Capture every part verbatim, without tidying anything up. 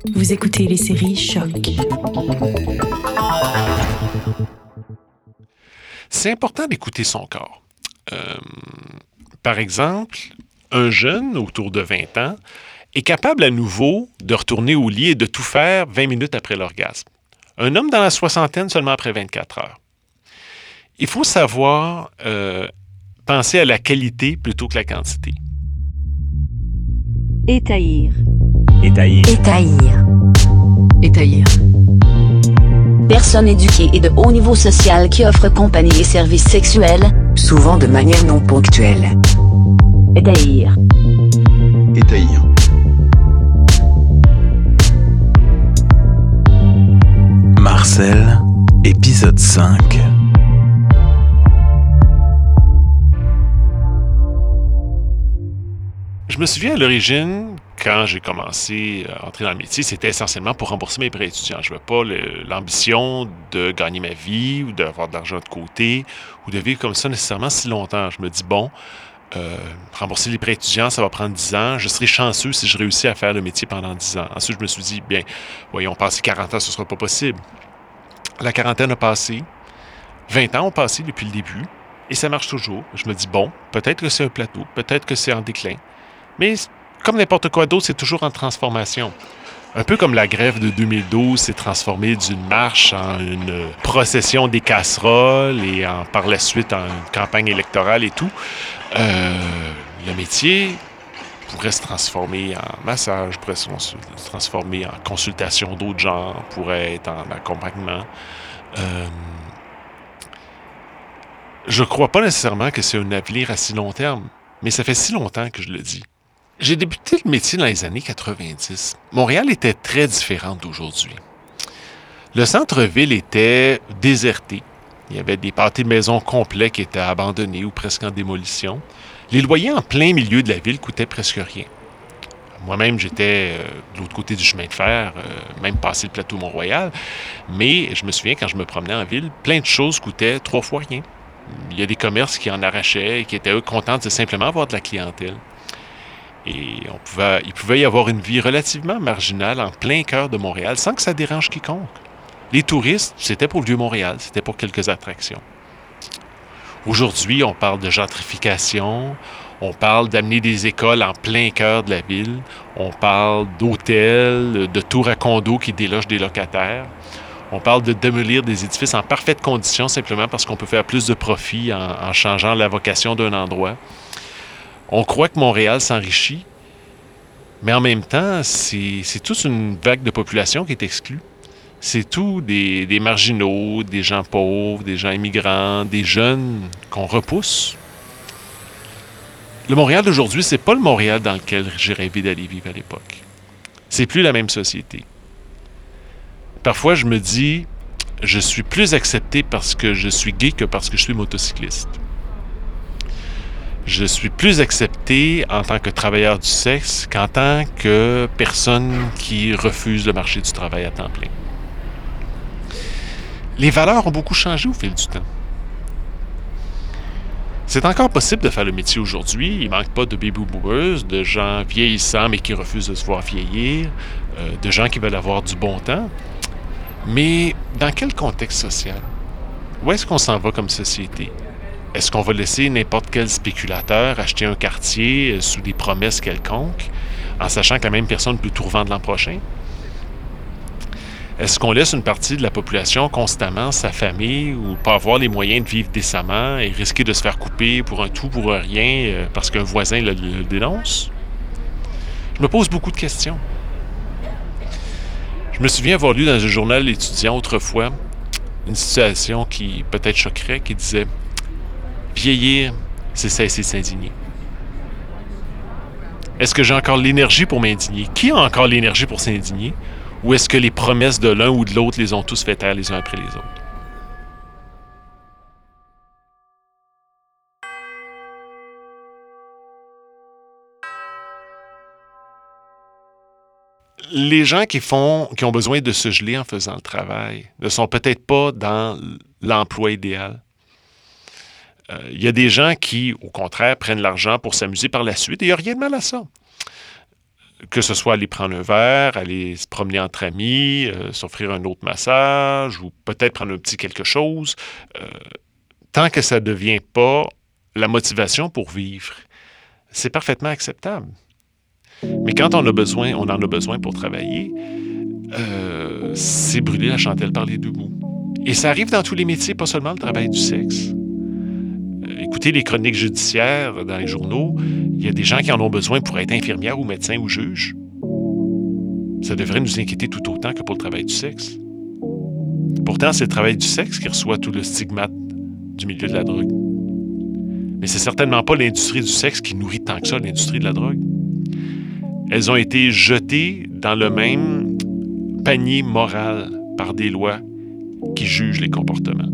Vous écoutez les séries Choc. C'est important d'écouter son corps. Euh, par exemple, un jeune autour de vingt ans est capable à nouveau de retourner au lit et de tout faire vingt minutes après l'orgasme. Un homme dans la soixantaine seulement après vingt-quatre heures. Il faut savoir euh, penser à la qualité plutôt que la quantité. Étaillir. Étaillir. Étaillir. Étaillir. Personne éduquée et de haut niveau social qui offre compagnie et services sexuels, souvent de manière non ponctuelle. Étaillir. Étaillir. Marcel, épisode cinq. Je me souviens à l'origine, quand j'ai commencé à entrer dans le métier, c'était essentiellement pour rembourser mes prêts étudiants. Je n'avais pas le, l'ambition de gagner ma vie ou d'avoir de l'argent de côté ou de vivre comme ça nécessairement si longtemps. Je me dis, bon, euh, rembourser les prêts étudiants, ça va prendre dix ans. Je serai chanceux si je réussis à faire le métier pendant dix ans. Ensuite, je me suis dit, bien, voyons, passer quarante ans, ce ne sera pas possible. La quarantaine a passé. vingt ans ont passé depuis le début et ça marche toujours. Je me dis, bon, peut-être que c'est un plateau, peut-être que c'est en déclin. Mais comme n'importe quoi d'autre, c'est toujours en transformation. Un peu comme la grève de deux mille douze s'est transformée d'une marche en une procession des casseroles et en, par la suite en une campagne électorale et tout. Euh, le métier pourrait se transformer en massage, pourrait se transformer en consultation d'autres genres, pourrait être en accompagnement. Euh, je ne crois pas nécessairement que c'est un avenir à si long terme, mais ça fait si longtemps que je le dis. J'ai débuté le métier dans les années quatre-vingt-dix. Montréal était très différente d'aujourd'hui. Le centre-ville était déserté. Il y avait des pâtés de maisons complets qui étaient abandonnés ou presque en démolition. Les loyers en plein milieu de la ville coûtaient presque rien. Moi-même, j'étais euh, de l'autre côté du chemin de fer, euh, même passé le plateau Mont-Royal. Mais je me souviens, quand je me promenais en ville, plein de choses coûtaient trois fois rien. Il y a des commerces qui en arrachaient et qui étaient eux contents de simplement avoir de la clientèle. Et on pouvait, il pouvait y avoir une vie relativement marginale en plein cœur de Montréal sans que ça dérange quiconque. Les touristes, c'était pour le Vieux-Montréal, c'était pour quelques attractions. Aujourd'hui, on parle de gentrification, on parle d'amener des écoles en plein cœur de la ville, on parle d'hôtels, de tours à condos qui délogent des locataires. On parle de démolir des édifices en parfaite condition simplement parce qu'on peut faire plus de profit en, en changeant la vocation d'un endroit. On croit que Montréal s'enrichit, mais en même temps, c'est, c'est toute une vague de population qui est exclue. C'est tout des, des marginaux, des gens pauvres, des gens immigrants, des jeunes qu'on repousse. Le Montréal d'aujourd'hui, c'est pas le Montréal dans lequel j'ai rêvé d'aller vivre à l'époque. C'est plus la même société. Parfois, je me dis, je suis plus accepté parce que je suis gay que parce que je suis motocycliste. Je suis plus accepté en tant que travailleur du sexe qu'en tant que personne qui refuse le marché du travail à temps plein. Les valeurs ont beaucoup changé au fil du temps. C'est encore possible de faire le métier aujourd'hui. Il ne manque pas de baby-boomers, de gens vieillissants mais qui refusent de se voir vieillir, euh, de gens qui veulent avoir du bon temps. Mais dans quel contexte social? Où est-ce qu'on s'en va comme société? Est-ce qu'on va laisser n'importe quel spéculateur acheter un quartier euh, sous des promesses quelconques, en sachant que la même personne peut tout revendre l'an prochain? Est-ce qu'on laisse une partie de la population constamment s'affamer ou pas avoir les moyens de vivre décemment et risquer de se faire couper pour un tout pour un rien euh, parce qu'un voisin le, le dénonce? Je me pose beaucoup de questions. Je me souviens avoir lu dans un journal étudiant autrefois une situation qui peut-être choquerait, qui disait « Vieillir, c'est cesser de s'indigner ». Est-ce que j'ai encore l'énergie pour m'indigner? Qui a encore l'énergie pour s'indigner? Ou est-ce que les promesses de l'un ou de l'autre les ont tous fait taire les uns après les autres? Les gens qui font, qui ont besoin de se geler en faisant le travail ne sont peut-être pas dans l'emploi idéal. Euh, il y a des gens qui, au contraire, prennent l'argent pour s'amuser par la suite et il n'y a rien de mal à ça. que ce soit aller prendre un verre, aller se promener entre amis, euh, s'offrir un autre massage ou peut-être prendre un petit quelque chose, euh, tant que ça ne devient pas la motivation pour vivre, c'est parfaitement acceptable. Mais quand on a besoin, on en a besoin pour travailler, euh, c'est brûler la chandelle par les deux bouts. Et ça arrive dans tous les métiers, pas seulement le travail du sexe. Euh, écoutez les chroniques judiciaires dans les journaux, il y a des gens qui en ont besoin pour être infirmières ou médecins ou juges. Ça devrait nous inquiéter tout autant que pour le travail du sexe. Pourtant, c'est le travail du sexe qui reçoit tout le stigmate du milieu de la drogue. Mais c'est certainement pas l'industrie du sexe qui nourrit tant que ça l'industrie de la drogue. Elles ont été jetées dans le même panier moral par des lois qui jugent les comportements.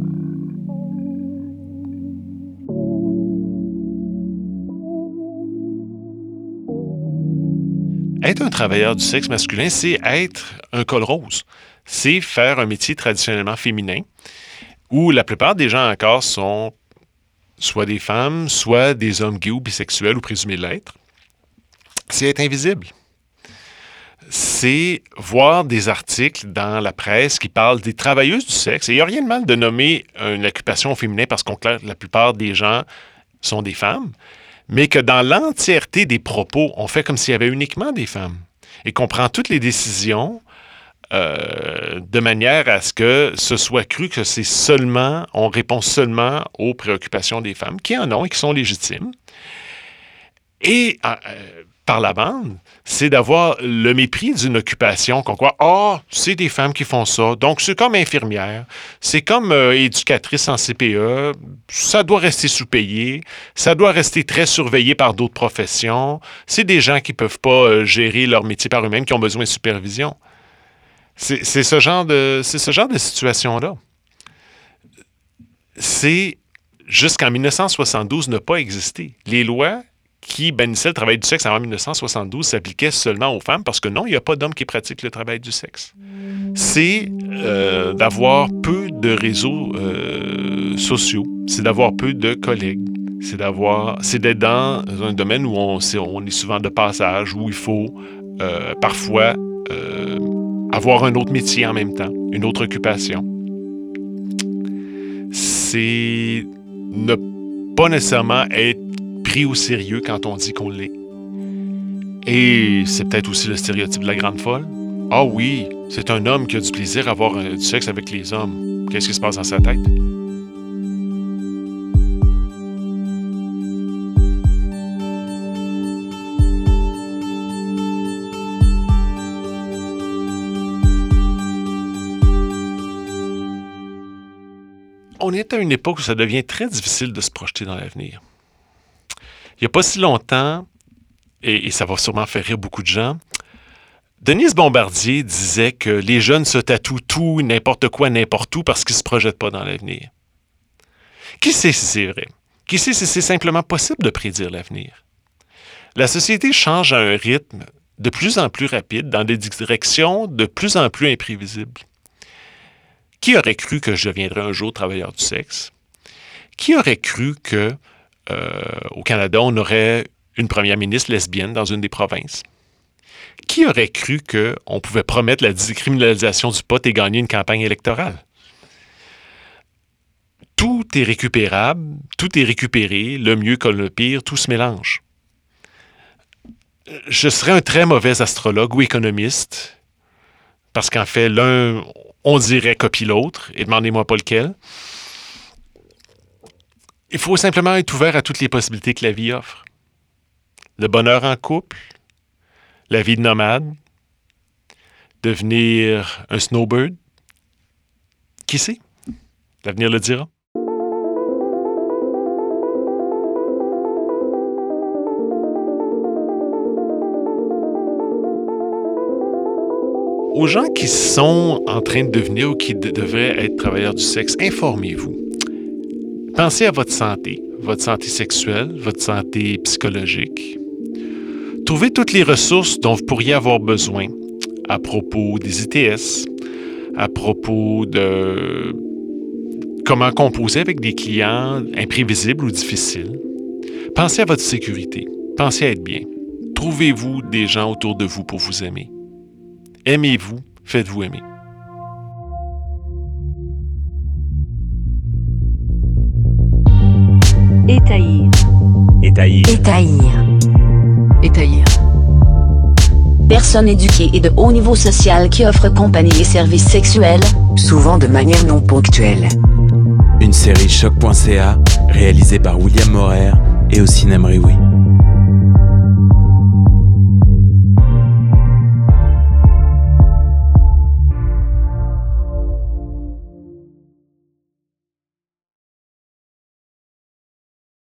Être un travailleur du sexe masculin, c'est être un col rose. C'est faire un métier traditionnellement féminin où la plupart des gens encore sont soit des femmes, soit des hommes gays ou bisexuels ou présumés l'être. C'est être invisible. C'est voir des articles dans la presse qui parlent des travailleuses du sexe. Et il n'y a rien de mal de nommer une occupation au féminin parce qu'on claire la plupart des gens sont des femmes, mais que dans l'entièreté des propos, on fait comme s'il y avait uniquement des femmes et qu'on prend toutes les décisions euh, de manière à ce que ce soit cru que c'est seulement, on répond seulement aux préoccupations des femmes, qui en ont et qui sont légitimes. Et euh, par la bande, c'est d'avoir le mépris d'une occupation qu'on croit « Ah, oh, c'est des femmes qui font ça, donc c'est comme infirmière, c'est comme euh, éducatrice en C P E, ça doit rester sous-payé, ça doit rester très surveillé par d'autres professions, c'est des gens qui ne peuvent pas euh, gérer leur métier par eux-mêmes, qui ont besoin de supervision. » C'est, c'est ce genre de, c'est ce genre de situation-là. C'est, jusqu'en dix-neuf cent soixante-douze, ne pas exister. Les lois qui bannissaient le travail du sexe avant dix-neuf cent soixante-douze s'appliquaient seulement aux femmes parce que non, il n'y a pas d'hommes qui pratiquent le travail du sexe. C'est euh, d'avoir peu de réseaux euh, sociaux, c'est d'avoir peu de collègues, c'est d'avoir, c'est d'être dans un domaine où on, c'est, on est souvent de passage, où il faut euh, parfois euh, avoir un autre métier en même temps, une autre occupation. C'est ne pas nécessairement être pris au sérieux quand on dit qu'on l'est. Et c'est peut-être aussi le stéréotype de la grande folle. Ah oui, c'est un homme qui a du plaisir à avoir du sexe avec les hommes. Qu'est-ce qui se passe dans sa tête? On est à une époque où ça devient très difficile de se projeter dans l'avenir. Il n'y a pas si longtemps, et, et ça va sûrement faire rire beaucoup de gens, Denise Bombardier disait que les jeunes se tatouent tout, n'importe quoi, n'importe où parce qu'ils ne se projettent pas dans l'avenir. Qui sait si c'est vrai? Qui sait si c'est simplement possible de prédire l'avenir? La société change à un rythme de plus en plus rapide dans des directions de plus en plus imprévisibles. Qui aurait cru que je deviendrais un jour travailleur du sexe? Qui aurait cru que euh, au Canada, on aurait une première ministre lesbienne dans une des provinces? Qui aurait cru qu'on pouvait promettre la décriminalisation du pot et gagner une campagne électorale? Tout est récupérable, tout est récupéré, le mieux comme le pire, tout se mélange. Je serais un très mauvais astrologue ou économiste, parce qu'en fait, l'un, on dirait copie l'autre, et demandez-moi pas lequel. Il faut simplement être ouvert à toutes les possibilités que la vie offre. Le bonheur en couple, la vie de nomade, devenir un snowbird. Qui sait? L'avenir le dira. Aux gens qui sont en train de devenir ou qui de- devraient être travailleurs du sexe, informez-vous. Pensez à votre santé, votre santé sexuelle, votre santé psychologique. Trouvez toutes les ressources dont vous pourriez avoir besoin à propos des I T S, à propos de comment composer avec des clients imprévisibles ou difficiles. Pensez à votre sécurité. Pensez à être bien. trouvez-vous des gens autour de vous pour vous aimer. Aimez-vous, faites-vous aimer. Étaillir. Étaillir. Étaillir. Étaillir. Personne éduquée et de haut niveau social qui offre compagnie et services sexuels, Souvent de manière non ponctuelle. Une série choc point c a réalisée par William Morer et Ossine Amrioui.